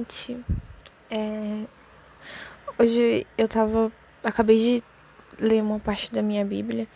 Gente, hoje acabei de ler uma parte da minha Bíblia,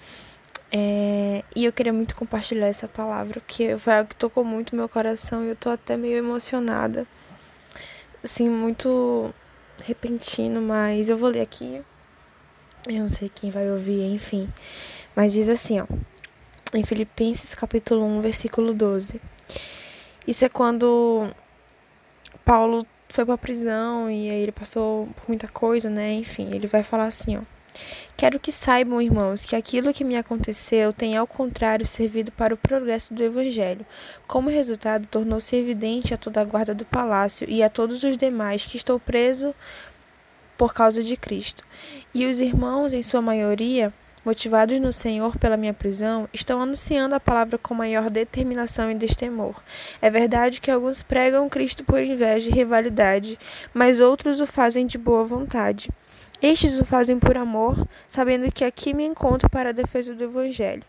e eu queria muito compartilhar essa palavra, porque foi algo que tocou muito meu coração e eu tô até meio emocionada, assim, muito repentino, mas eu vou ler aqui, eu não sei quem vai ouvir, enfim, mas diz assim, ó, em Filipenses capítulo 1, versículo 12. Isso é quando Paulo foi pra prisão e aí ele passou por muita coisa, né? Enfim, ele vai falar assim, ó. Quero que saibam, irmãos, que aquilo que me aconteceu tem, ao contrário, servido para o progresso do Evangelho. Como resultado, tornou-se evidente a toda a guarda do palácio e a todos os demais que estou preso por causa de Cristo. E os irmãos, em sua maioria, motivados no Senhor pela minha prisão, estão anunciando a palavra com maior determinação e destemor. É verdade que alguns pregam Cristo por inveja e rivalidade, mas outros o fazem de boa vontade. Estes o fazem por amor, sabendo que aqui me encontro para a defesa do Evangelho.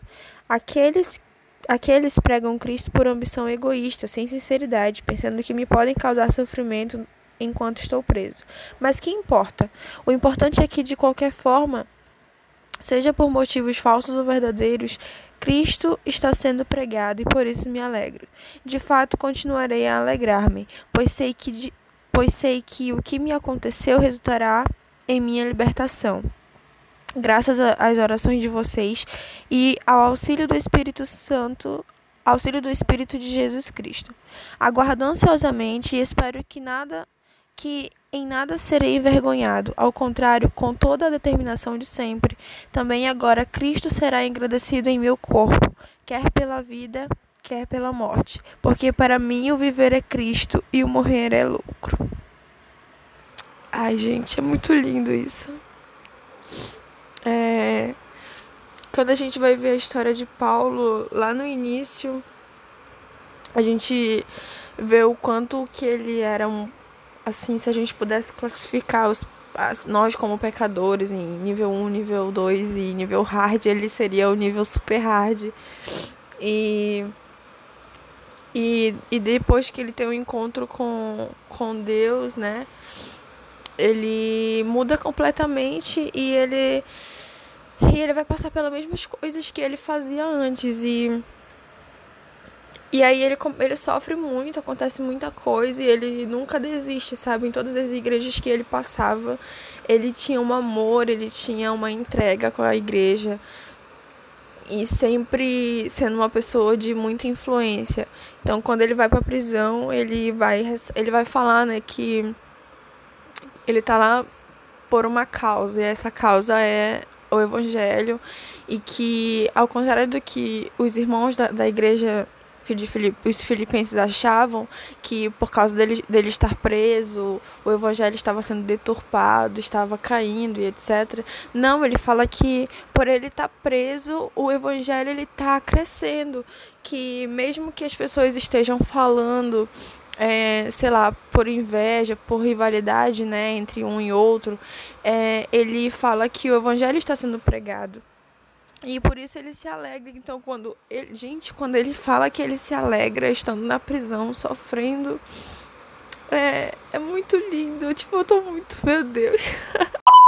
Aqueles pregam Cristo por ambição egoísta, sem sinceridade, pensando que me podem causar sofrimento enquanto estou preso. Mas que importa? O importante é que, de qualquer forma, seja por motivos falsos ou verdadeiros, Cristo está sendo pregado e por isso me alegro. De fato, continuarei a alegrar-me, pois sei que o que me aconteceu resultará em minha libertação. Graças às orações de vocês e ao auxílio do Espírito Santo, auxílio do Espírito de Jesus Cristo. Aguardo ansiosamente e espero que em nada serei envergonhado. Ao contrário, com toda a determinação de sempre, também agora Cristo será engrandecido em meu corpo, quer pela vida, quer pela morte. Porque para mim o viver é Cristo e o morrer é lucro. Ai, gente, é muito lindo isso. Quando a gente vai ver a história de Paulo, lá no início, a gente vê o quanto que ele era assim, se a gente pudesse classificar nós como pecadores em nível 1, nível 2 e nível hard, ele seria o nível super hard. E depois que ele tem um encontro com Deus, né, ele muda completamente e ele vai passar pelas mesmas coisas que ele fazia antes. E aí ele sofre muito, acontece muita coisa e ele nunca desiste, sabe? Em todas as igrejas que ele passava, ele tinha um amor, ele tinha uma entrega com a igreja. E sempre sendo uma pessoa de muita influência. Então, quando ele vai pra prisão, ele vai falar, né, que ele tá lá por uma causa, e essa causa é o Evangelho, e que, ao contrário do que os irmãos da igreja os filipenses achavam, que por causa dele estar preso, o Evangelho estava sendo deturpado, estava caindo e etc. Não, ele fala que por ele estar preso, o Evangelho está crescendo, que mesmo que as pessoas estejam falando sei lá, por inveja, por rivalidade, né, entre um e outro, ele fala que o Evangelho está sendo pregado. E por isso ele se alegra. Então, quando ele fala que ele se alegra estando na prisão, sofrendo, é muito lindo. Tipo, eu tô muito, meu Deus.